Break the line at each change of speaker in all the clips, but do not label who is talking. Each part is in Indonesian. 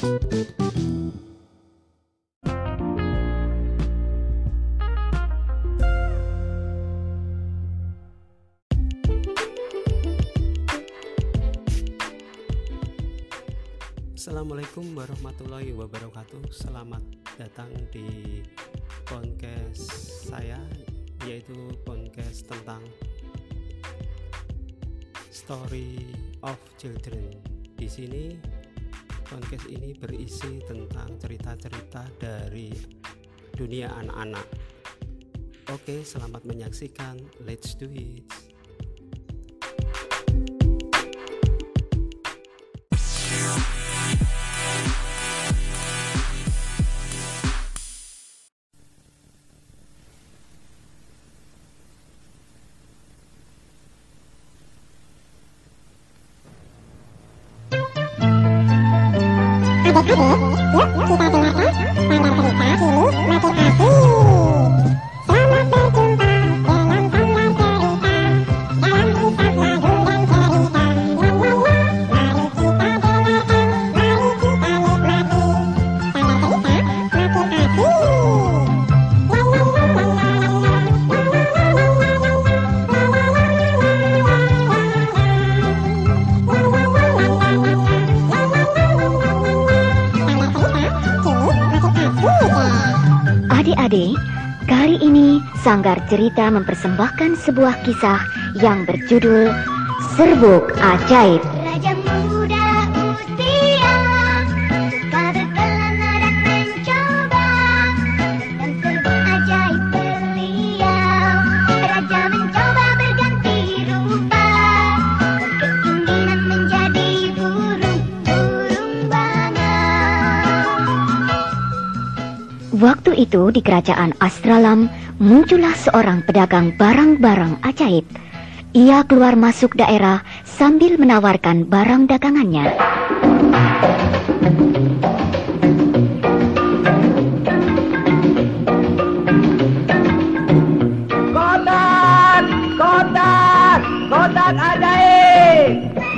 Assalamualaikum warahmatullahi wabarakatuh. Selamat datang di podcast saya, yaitu podcast tentang Story of Children. Di sini podcast ini berisi tentang cerita-cerita dari dunia anak-anak. Oke, selamat menyaksikan. Let's do it.
Adik-adik, yuk kita dengarkan standar cerita Hulu Makin Asik. Selamat berjumpa dengan standar cerita dalam kisah lagu dan cerita. Mari kita dengarkan, mari kita nikmati standar cerita Makin Asik.
Adik-adik, kali ini Sanggar Cerita mempersembahkan sebuah kisah yang berjudul Serbuk Ajaib.
Raja muda usia suka berkelana dan mencoba dan serbuk ajaib beliau. Raja mencoba berganti rupa, berkeinginan menjadi burung bangau.
Waktu itu di kerajaan Astralam muncullah seorang pedagang barang-barang ajaib. Ia keluar masuk daerah sambil menawarkan barang dagangannya.
Kotak, kotak, kotak ajaib.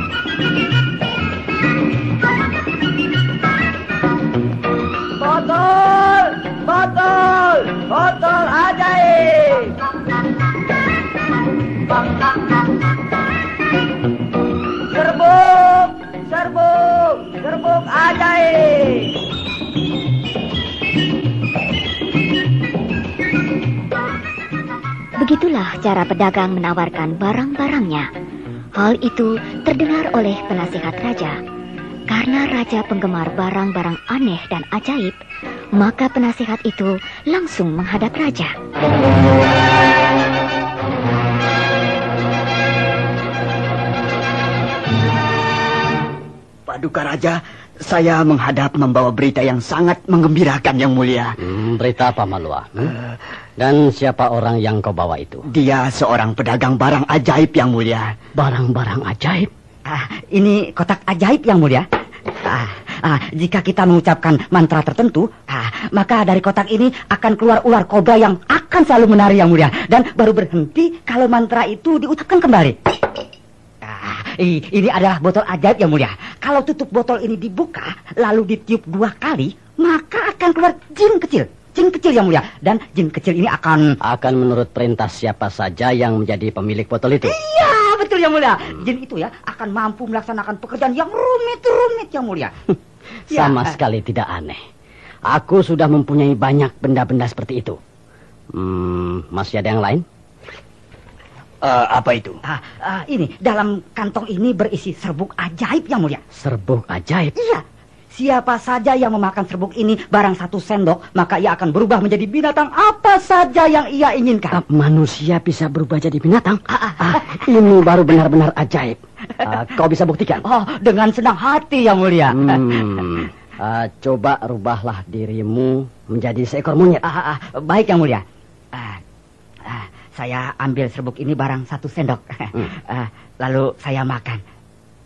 Botol, botol, botol ajaib. Serbuk, serbuk, serbuk ajaib.
Begitulah cara pedagang menawarkan barang-barangnya. Hal itu terdengar oleh penasihat raja. Karena raja penggemar barang-barang aneh dan ajaib, maka penasihat itu langsung menghadap raja.
Paduka Raja, saya menghadap membawa berita yang sangat menggembirakan, Yang Mulia.
Berita apa, Malwa? Dan siapa orang yang kau bawa itu?
Dia seorang pedagang barang ajaib, Yang Mulia.
Barang-barang ajaib?
Ini kotak ajaib, Yang Mulia. Jika kita mengucapkan mantra tertentu, maka dari kotak ini akan keluar ular kobra yang akan selalu menari, Yang Mulia. Dan baru berhenti kalau mantra itu diucapkan kembali. Ini adalah botol ajaib, Yang Mulia. Kalau tutup botol ini dibuka, lalu ditiup 2 kali, maka akan keluar jin kecil. Jin kecil, Yang Mulia. Dan jin kecil ini akan
menurut perintah siapa saja yang menjadi pemilik botol itu.
Iya, betul, Yang Mulia. Jin itu ya akan mampu melaksanakan pekerjaan yang rumit-rumit, Yang Mulia.
Sama sekali tidak aneh. Aku sudah mempunyai banyak benda-benda seperti itu. Masih ada yang lain?
Apa itu? Ini, dalam kantong ini berisi serbuk ajaib, Yang Mulia.
Serbuk ajaib?
Iya. Siapa saja yang memakan serbuk ini barang 1 sendok, maka ia akan berubah menjadi binatang apa saja yang ia inginkan.
Manusia bisa berubah jadi binatang? Ini baru benar-benar ajaib. Kau bisa buktikan?
Dengan senang hati, Yang Mulia.
Coba rubahlah dirimu menjadi seekor monyet.
Baik, Yang Mulia. Saya ambil serbuk ini barang 1 sendok. Lalu saya makan.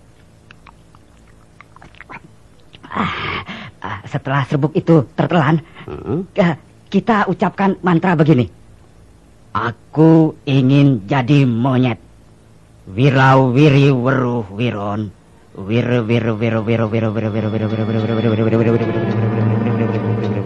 Setelah serbuk itu tertelan, kita ucapkan mantra begini. Aku ingin jadi monyet. Wirau wiri weruh wiron. Wiru wiru wiru wiru wiru wiru wiru wiru wiru wiru wiru wiru wiru wiru wiru wiru.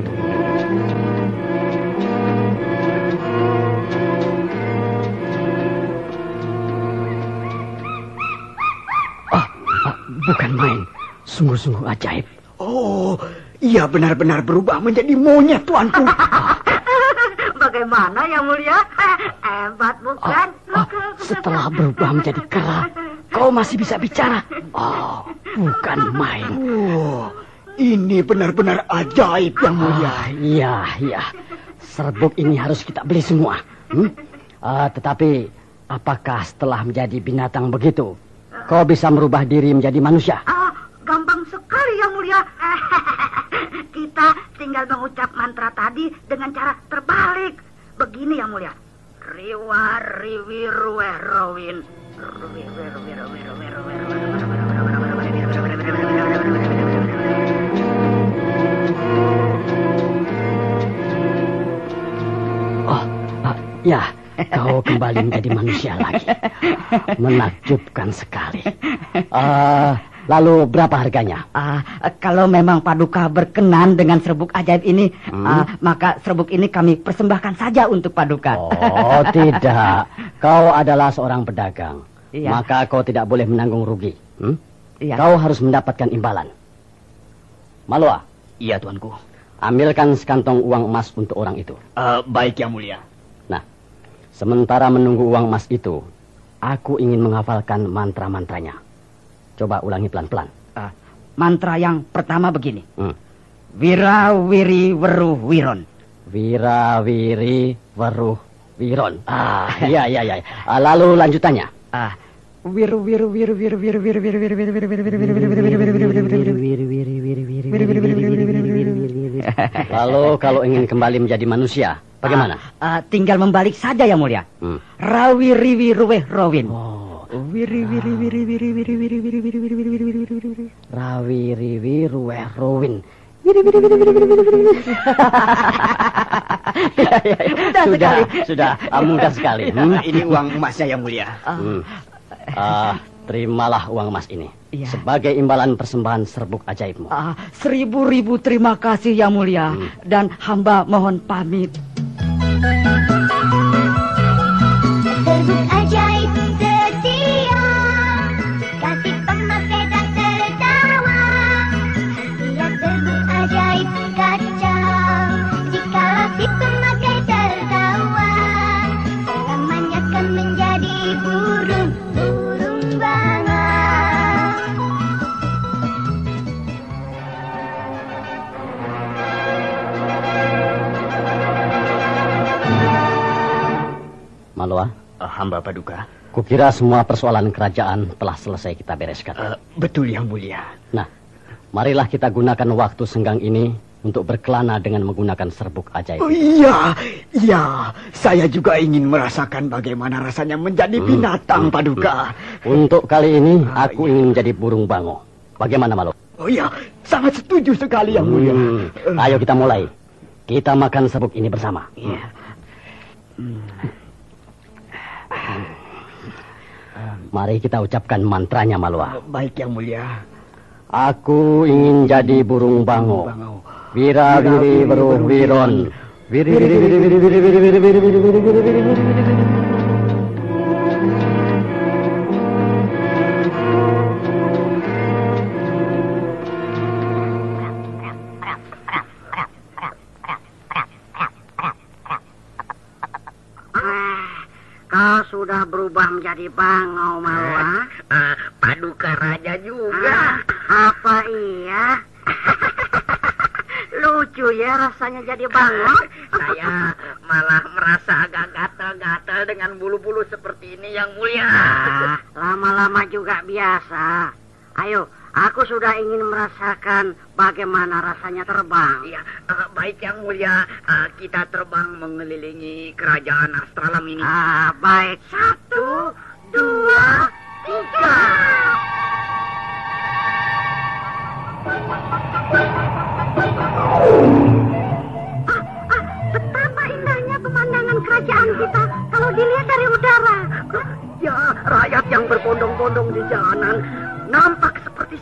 Bukan main, sungguh-sungguh ajaib.
Oh, ia benar-benar berubah menjadi monyet, tuanku.
Bagaimana Yang Mulia? Hebat bukan?
Setelah berubah menjadi kera, kau masih bisa bicara. Oh, bukan main.
Oh, ini benar-benar ajaib, Yang Mulia.
Iya. Serbuk ini harus kita beli semua. Tetapi, apakah setelah menjadi binatang begitu, kau bisa merubah diri menjadi manusia?
Gampang sekali Yang Mulia. Kita tinggal mengucap mantra tadi dengan cara terbalik. Begini Yang Mulia. Riwa riwi ruwe rowin.
Ya, kau kembali menjadi manusia lagi. Menakjubkan sekali. Lalu berapa harganya?
Kalau memang Paduka berkenan dengan serbuk ajaib ini, maka serbuk ini kami persembahkan saja untuk Paduka.
Oh, tidak. Kau adalah seorang pedagang.
Iya.
Maka kau tidak boleh menanggung rugi.
Iya.
Kau harus mendapatkan imbalan. Malwa.
Iya, tuanku.
Ambilkan sekantong uang emas untuk orang itu.
Baik, Yang Mulia.
Nah, sementara menunggu uang emas itu, aku ingin menghafalkan mantra-mantranya. Coba ulangi pelan-pelan.
Mantra yang pertama begini. Wira wiri weruh wiron.
Wira wiri weruh wiron. Iya. Lalu lanjutannya.
Wiru wiru wiru wiru wiru wiru wiru wiru wiru wiru wiru wiru.
Lalu kalau ingin kembali menjadi manusia, bagaimana?
Tinggal membalik saja Yang Mulia. Rawi riwi ruweh rowin. Wiri wiri wiri wiri wiri wiri wiri wiri wiri wiri wiri wiri wiri.
Rawi riwi ruweh rowin. Sudah mudah sekali.
Ini uang emasnya, Yang Mulia.
Terimalah uang emas ini sebagai imbalan persembahan serbuk ajaibmu.
1000 terima kasih Yang Mulia, dan hamba mohon pamit.
Serbuk ajaib setia, kasih pemakai tak tertawa. Lihat serbuk ajaib kacau, jikalau si pemakai tertawa, selamanya akan menjadi burung bangau.
Malwa,
hamba Paduka.
kukira semua persoalan kerajaan telah selesai kita bereskan.
Betul, Yang Mulia.
Nah, marilah kita gunakan waktu senggang ini untuk berkelana dengan menggunakan serbuk ajaib.
Oh, iya. Saya juga ingin merasakan bagaimana rasanya menjadi binatang, Paduka.
Untuk kali ini, aku ingin menjadi burung bango. Bagaimana, Malwa?
Oh iya, sangat setuju sekali, Yang Mulia.
Ayo kita mulai. Kita makan serbuk ini bersama.
Iya.
Mari kita ucapkan mantranya, Malwa.
Baik, Yang Mulia.
Aku ingin jadi burung bango. Wira wiri weruh wiron. Wiri wiri wiri wiri wiri wiri wiri wiri wiri wiri wiri wiri wiri.
Kau sudah berubah menjadi bangau, Malwa.
Paduka Raja juga.
Apa iya? Lucu ya rasanya jadi bangau.
Saya malah merasa agak gatal-gatal dengan bulu-bulu seperti ini, Yang Mulia.
Lama-lama juga biasa. Ayo, aku sudah ingin merasakan bagaimana rasanya terbang.
Ya, baik Yang Mulia. Kita terbang mengelilingi kerajaan Astralam ini.
Baik. 1, 2, 3. Betapa indahnya pemandangan kerajaan kita kalau dilihat dari udara.
Ya, rakyat yang berbondong-bondong di jalanan nampak seperti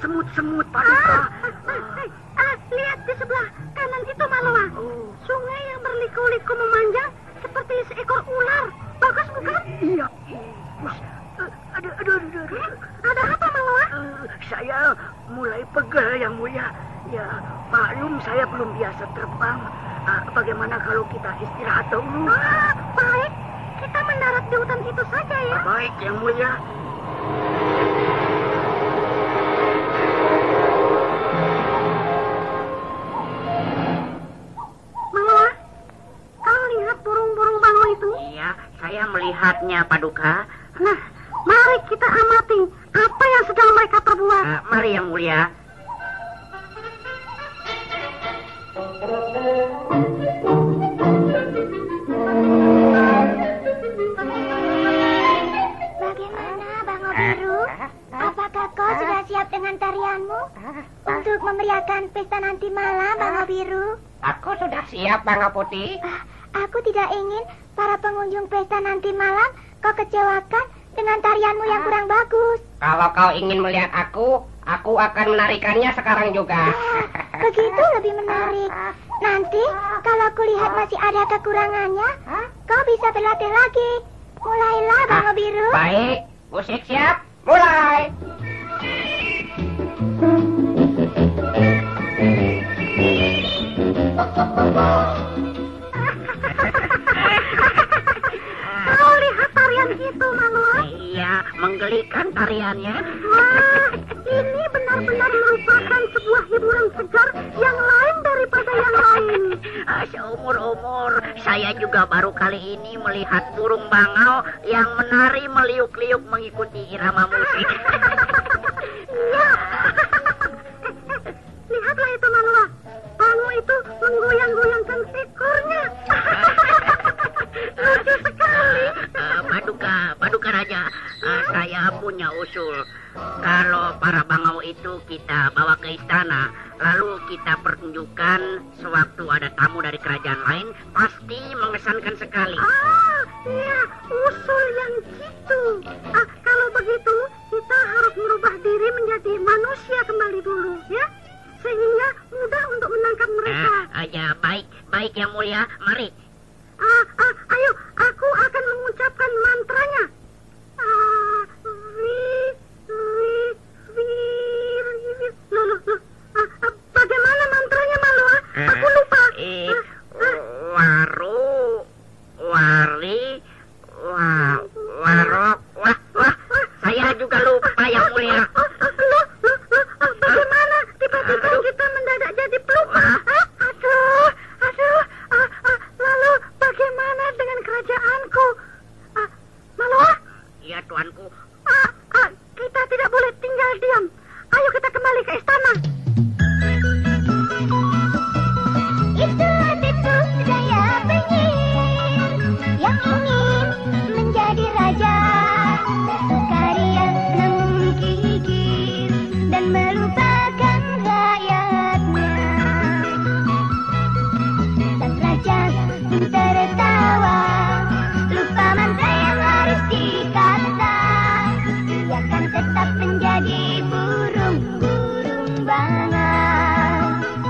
Yang Mulia. Ya, maklum saya belum biasa terbang. Bagaimana kalau kita istirahat dahulu? Baik. Kita mendarat di hutan itu saja ya. Baik, Yang Mulia. Maloa, kau lihat burung-burung bangau itu?
Iya, saya melihatnya, Paduka.
Nah, mari kita amati apa yang sedang mereka perbuat.
Mari, Yang Mulia.
Bagaimana, Bangau Biru? Apakah kau sudah siap dengan tarianmu untuk memeriahkan pesta nanti malam, Bangau Biru?
Aku sudah siap, Bangau Putih.
Aku tidak ingin para pengunjung pesta nanti malam kau kecewakan dengan tarianmu yang kurang bagus.
Kalau kau ingin melihat aku akan menarikannya sekarang juga.
Begitu lebih menarik. Nanti kalau kulihat masih ada kekurangannya, kau bisa berlatih lagi. Mulailah, Bangau Biru.
Baik, musik siap, mulai.
Kau lihat tarian itu, Maloa?
Iya, menggelikan tariannya.
Wah, ini benar-benar merupakan sebuah hiburan segar yang lain daripada yang lain.
Seumur-umur, saya juga baru kali ini melihat burung bangau yang menari meliuk-liuk mengikuti irama musik.
Iya. Lihatlah itu, Maloa. Bangau itu menggoyang-goyangkan ekornya. Lucu sekali.
Paduka Raja, saya punya usul. Kalau para bangau itu kita bawa ke istana, lalu kita pertunjukkan sewaktu ada tamu dari kerajaan lain, pasti mengesankan sekali.
Iya, usul yang jitu. Kalau begitu, kita harus merubah diri menjadi manusia kembali dulu, ya? Sehingga mudah untuk menangkap mereka.
Ya, baik Yang Mulia, mari.
Ayo, aku akan mengucapkan mantranya. Bagaimana mantranya, Maloa? Aku lupa.
Waru, wari, warok, wah, saya juga lupa, Yang Mulia.
Bagaimana tiba-tiba kita mendadak jadi pelupa? Aduh, lalu bagaimana dengan kerajaanku? Maloa?
Iya, tuanku.
Kita tidak boleh tinggal diam. Ayo kita kembali ke istana.
Itu hatiku saya penyihir yang ingin menjadi raja. Karya namun gigir dan melupakan rakyatnya. Dan raja tertawa, lupa mantra yang harus dikata. Dia akan tetap menjadi burung bangau.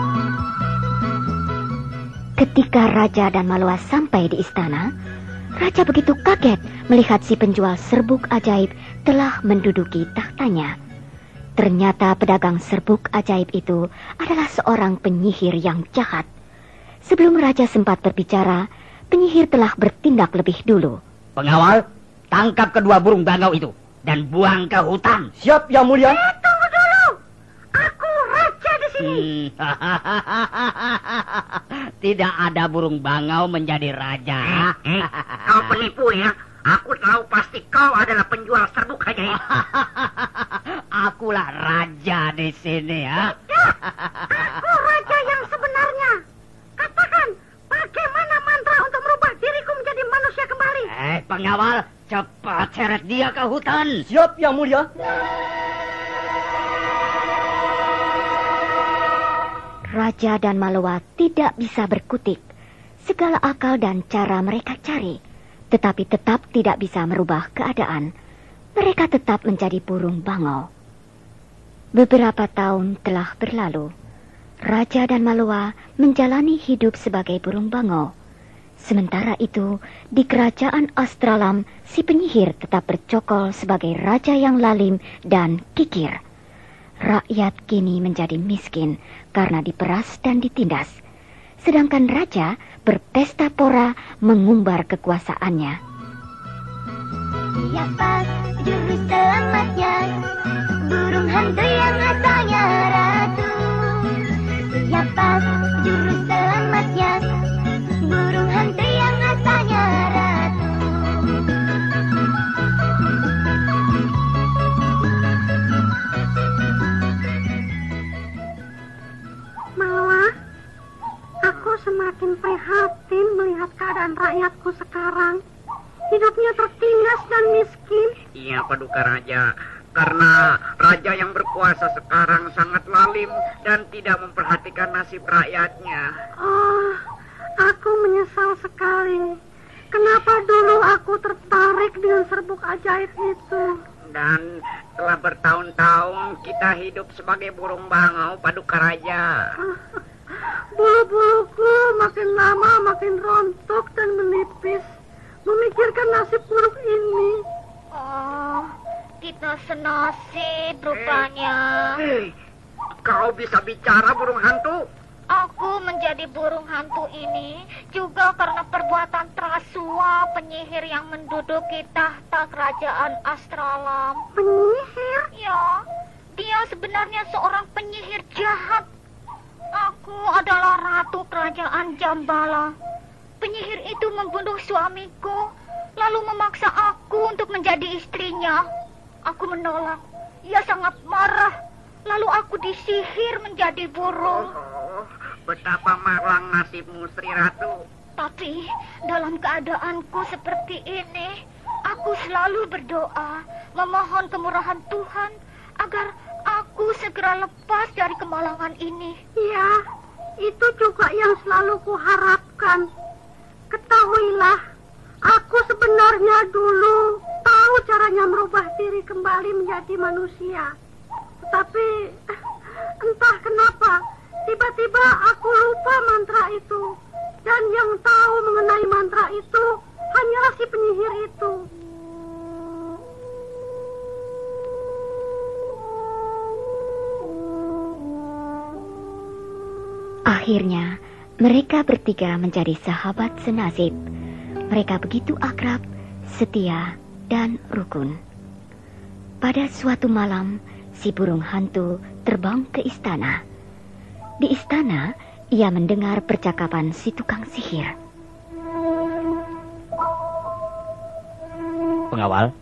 Ketika Raja dan Maloa sampai di istana, Raja begitu kaget melihat si penjual serbuk ajaib telah menduduki tahtanya. Ternyata pedagang serbuk ajaib itu adalah seorang penyihir yang jahat. Sebelum Raja sempat berbicara, penyihir telah bertindak lebih dulu.
Pengawal, tangkap kedua burung bangau itu dan buang ke hutan.
Siap, Yang Mulia.
Tunggu dulu. Aku raja di sini.
Tidak ada burung bangau menjadi raja.
Kau penipu ya. Aku tahu pasti kau adalah penjual serbuk ajaib.
Akulah raja di sini ya.
Aku raja yang sebenarnya. Katakan, bagaimana mantra untuk merubah diriku menjadi manusia kembali?
Pengawal, cepat seret dia ke hutan.
Siap, Yang Mulia.
Raja dan Maloa tidak bisa berkutik. Segala akal dan cara mereka cari, tetapi tetap tidak bisa merubah keadaan. Mereka tetap menjadi burung bangau. Beberapa tahun telah berlalu. Raja dan Maloa menjalani hidup sebagai burung bangau. Sementara itu, di kerajaan Astralam, si penyihir tetap bercokol sebagai raja yang lalim dan kikir. Rakyat kini menjadi miskin karena diperas dan ditindas. Sedangkan raja berpesta pora mengumbar kekuasaannya.
Siapa juru selamatnya? Burung hantu yang asalnya ratu. Siapa juru selamatnya? Burung hantu yang asalnya ratu.
Maloa, aku semakin prihatin melihat keadaan rakyatku sekarang. Hidupnya tertindas dan miskin.
Iya, Paduka Raja. Karena raja yang berkuasa sekarang sangat lalim dan tidak memperhatikan nasib rakyatnya.
Oh, aku menyesal sekali. Kenapa dulu aku tertarik dengan serbuk ajaib itu?
Dan telah bertahun-tahun kita hidup sebagai burung bangau, Paduka Raja.
Bulu-buluku makin lama makin rontok dan menipis. Memikirkan nasib buruk ini.
Oh, kita senasib rupanya.
Hei, kau bisa bicara, burung hantu?
Aku menjadi burung hantu ini juga karena perbuatan Trasua, penyihir yang menduduki tahta kerajaan Astralam.
Penyihir?
Ya, dia sebenarnya seorang penyihir jahat. Aku adalah ratu kerajaan Jambala. Penyihir itu membunuh suamiku, lalu memaksa aku untuk menjadi istrinya. Aku menolak. Ia sangat marah. Lalu aku disihir menjadi burung.
Oh, betapa malang nasibmu, Sri Ratu.
Tapi dalam keadaanku seperti ini, aku selalu berdoa, memohon kemurahan Tuhan agar aku segera lepas dari kemalangan ini.
Ya, itu juga yang selalu kuharapkan. Ketahuilah, aku sebenarnya dulu tahu caranya merubah diri kembali menjadi manusia. Tetapi entah kenapa, tiba-tiba aku lupa mantra itu. Dan yang tahu mengenai mantra itu hanyalah si penyihir itu.
Akhirnya, mereka bertiga menjadi sahabat senasib. Mereka begitu akrab, setia, dan rukun. Pada suatu malam, si burung hantu terbang ke istana. Di istana, ia mendengar percakapan si tukang sihir.
Pengawal,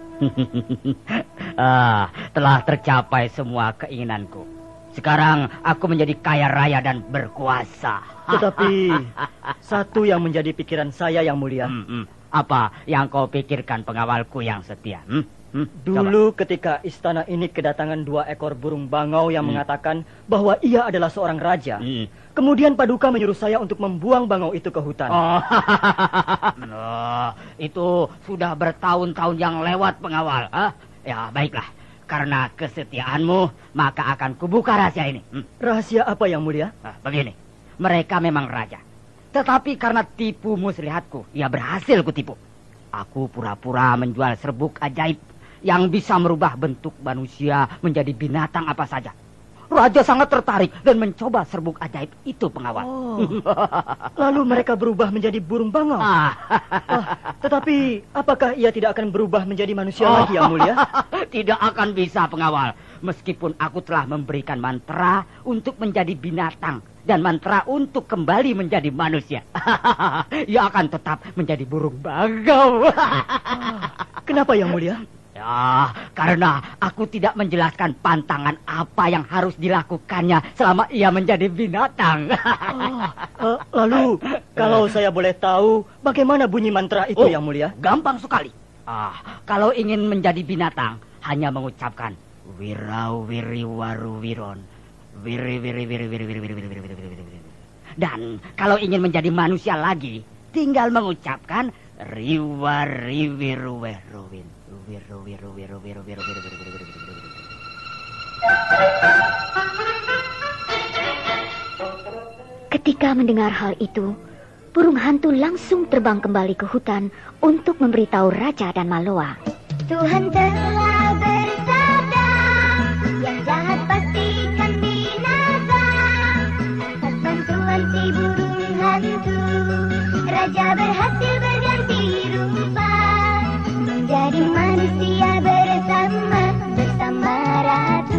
telah tercapai semua keinginanku. Sekarang aku menjadi kaya raya dan berkuasa.
Tetapi satu yang menjadi pikiran saya, Yang Mulia.
Apa yang kau pikirkan, pengawalku yang setia?
Dulu ketika istana ini kedatangan 2 ekor burung bangau yang mengatakan bahwa ia adalah seorang raja. Kemudian Paduka menyuruh saya untuk membuang bangau itu ke hutan.
Itu sudah bertahun-tahun yang lewat, pengawal. Ya, baiklah. Karena kesetiaanmu, maka akan kubuka rahasia ini.
Rahasia apa, Yang Mulia?
Begini, mereka memang raja. Tetapi karena tipu muslihatku, ia berhasil kutipu. Aku pura-pura menjual serbuk ajaib yang bisa merubah bentuk manusia menjadi binatang apa saja. Raja sangat tertarik dan mencoba serbuk ajaib itu, pengawal.
Lalu mereka berubah menjadi burung bangau. Tetapi apakah ia tidak akan berubah menjadi manusia lagi, Yang Mulia?
Tidak akan bisa, pengawal. Meskipun aku telah memberikan mantra untuk menjadi binatang dan mantra untuk kembali menjadi manusia, ia akan tetap menjadi burung bangau.
Kenapa, Yang Mulia?
Ya, karena aku tidak menjelaskan pantangan apa yang harus dilakukannya selama ia menjadi binatang.
Lalu, kalau saya boleh tahu, bagaimana bunyi mantra itu, Yang Mulia?
Gampang sekali. Kalau ingin menjadi binatang, hanya mengucapkan wirau wiri waru wiron. Wiri wiri wiri wiri wiri wiri wiri wiri wiri wiri. Dan kalau ingin menjadi manusia lagi, tinggal mengucapkan riwa riwi ruwe ruwin. Wiru wiru wiru wiru wiru wiru wiru wiru wiru wiru.
Ketika mendengar hal itu, burung hantu langsung terbang kembali ke hutan untuk memberitahu Raja dan Maloa.
Tuhan telah bersabda, yang jahat pasti
raja berhasil berganti rupa menjadi manusia bersama ratu.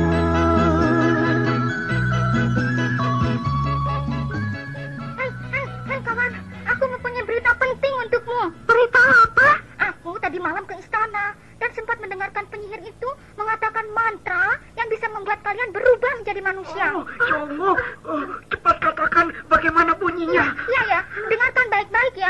Hai kawan, aku mempunyai berita penting untukmu.
Berita apa?
Aku tadi malam ke istana dan sempat mendengarkan penyihir itu mengatakan mantra yang bisa membuat kalian berubah menjadi manusia.
Sungguh, cepat katakan bagaimana bunyinya.
Ya, dengarkan baik-baik ya.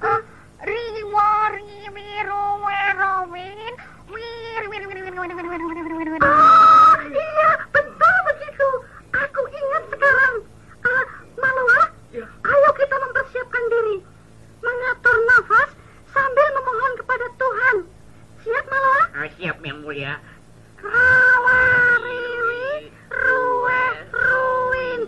Iya, betul begitu. Aku ingat sekarang. Malwa, ayo kita mempersiapkan diri, mengatur nafas sambil memohon kepada Tuhan. Siap, Malwa?
Siap, Yang Mulia.
Rawa, riwi, ruwe, ruwin.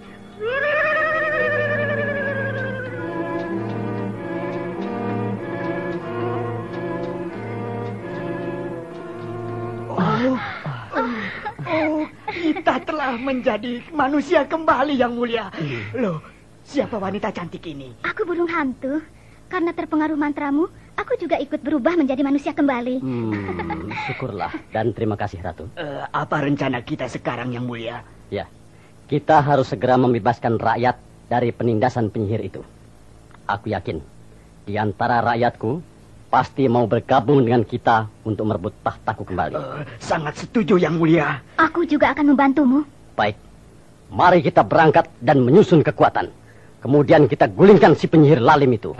Kita telah menjadi manusia kembali, Yang Mulia. Loh, siapa wanita cantik ini?
Aku burung hantu. Karena terpengaruh mantramu, aku juga ikut berubah menjadi manusia kembali.
Syukurlah dan terima kasih, Ratu.
Apa rencana kita sekarang, Yang Mulia?
Ya, kita harus segera membebaskan rakyat dari penindasan penyihir itu. Aku yakin, di antara rakyatku pasti mau bergabung dengan kita untuk merebut tahtaku kembali.
Sangat setuju, Yang Mulia.
Aku juga akan membantumu.
Baik, mari kita berangkat dan menyusun kekuatan. Kemudian kita gulingkan si penyihir lalim itu.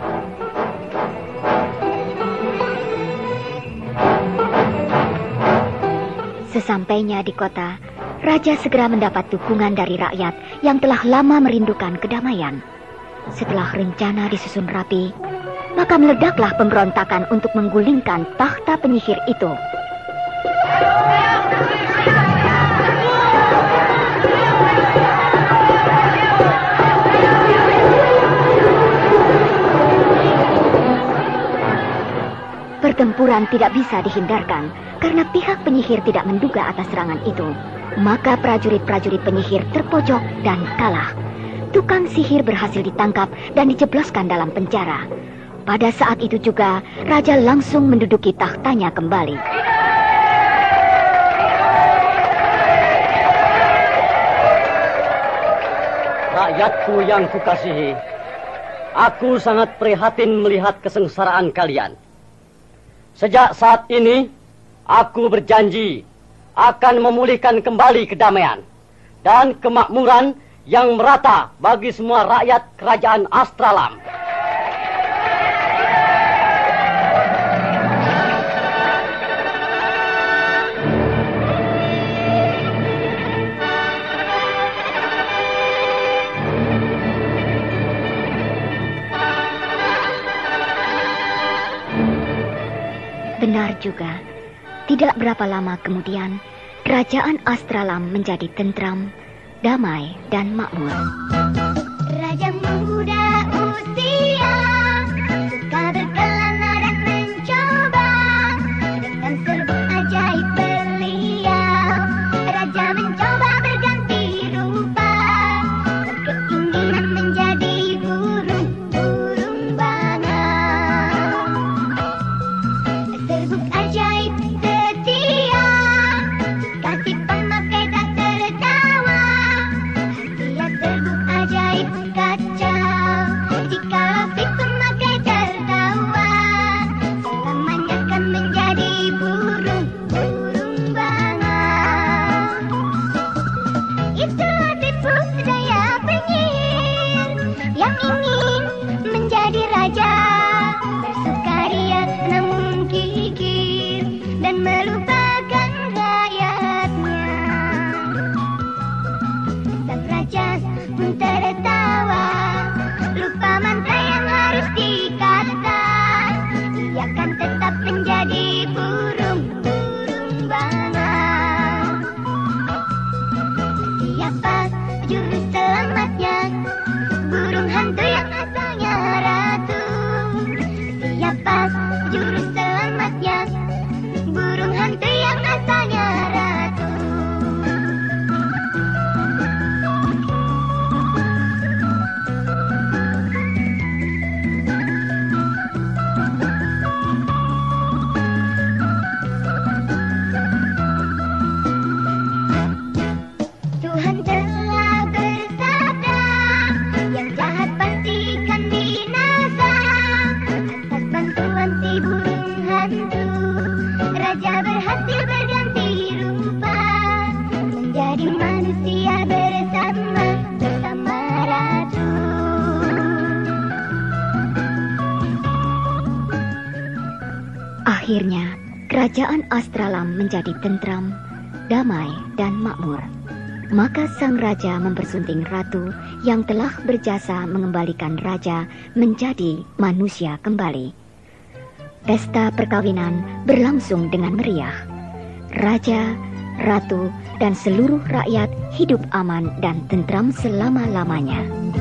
Sesampainya di kota, raja segera mendapat dukungan dari rakyat yang telah lama merindukan kedamaian. Setelah rencana disusun rapi, maka meledaklah pemberontakan untuk menggulingkan tahta penyihir itu. Pertempuran tidak bisa dihindarkan karena pihak penyihir tidak menduga atas serangan itu. Maka prajurit-prajurit penyihir terpojok dan kalah. Tukang sihir berhasil ditangkap dan dijebloskan dalam penjara. Pada saat itu juga, raja langsung menduduki tahtanya kembali.
Rakyatku yang kukasihi, aku sangat prihatin melihat kesengsaraan kalian. Sejak saat ini, aku berjanji akan memulihkan kembali kedamaian dan kemakmuran yang merata bagi semua rakyat kerajaan Astralam.
Benar juga, tidak berapa lama kemudian, kerajaan Astralam menjadi tentram, damai, dan makmur.
Raja muda usia suka berkelana dan mencoba dengan serbuk ajaib beliau. Raja mencoba berganti rupa, berkeinginan menjadi burung bangau. Serbuk ajaib setia, kasih pemakai tak tertawa. Dia serbuk ajaib kacau, jika si pemakai tertawa, selamanya akan menjadi burung bangau. Itulah tipu daya penyihir yang ingin menjadi raja, bersukaria namun gigir dan melupakan rakyatnya. Sang raja pun tertawa, lupa mantra yang harus dikata. Ia akan tetap menjadi burung bangau. Siapa juru selamatnya? Burung hantu yang asalnya ratu. Siapa juru selamatnya? Burung hantu yang asalnya ratu.
Akhirnya, kerajaan Astralam menjadi tentram, damai, dan makmur. Maka sang raja mempersunting ratu yang telah berjasa mengembalikan raja menjadi manusia kembali. Pesta perkawinan berlangsung dengan meriah. Raja, ratu, dan seluruh rakyat hidup aman dan tentram selama-lamanya.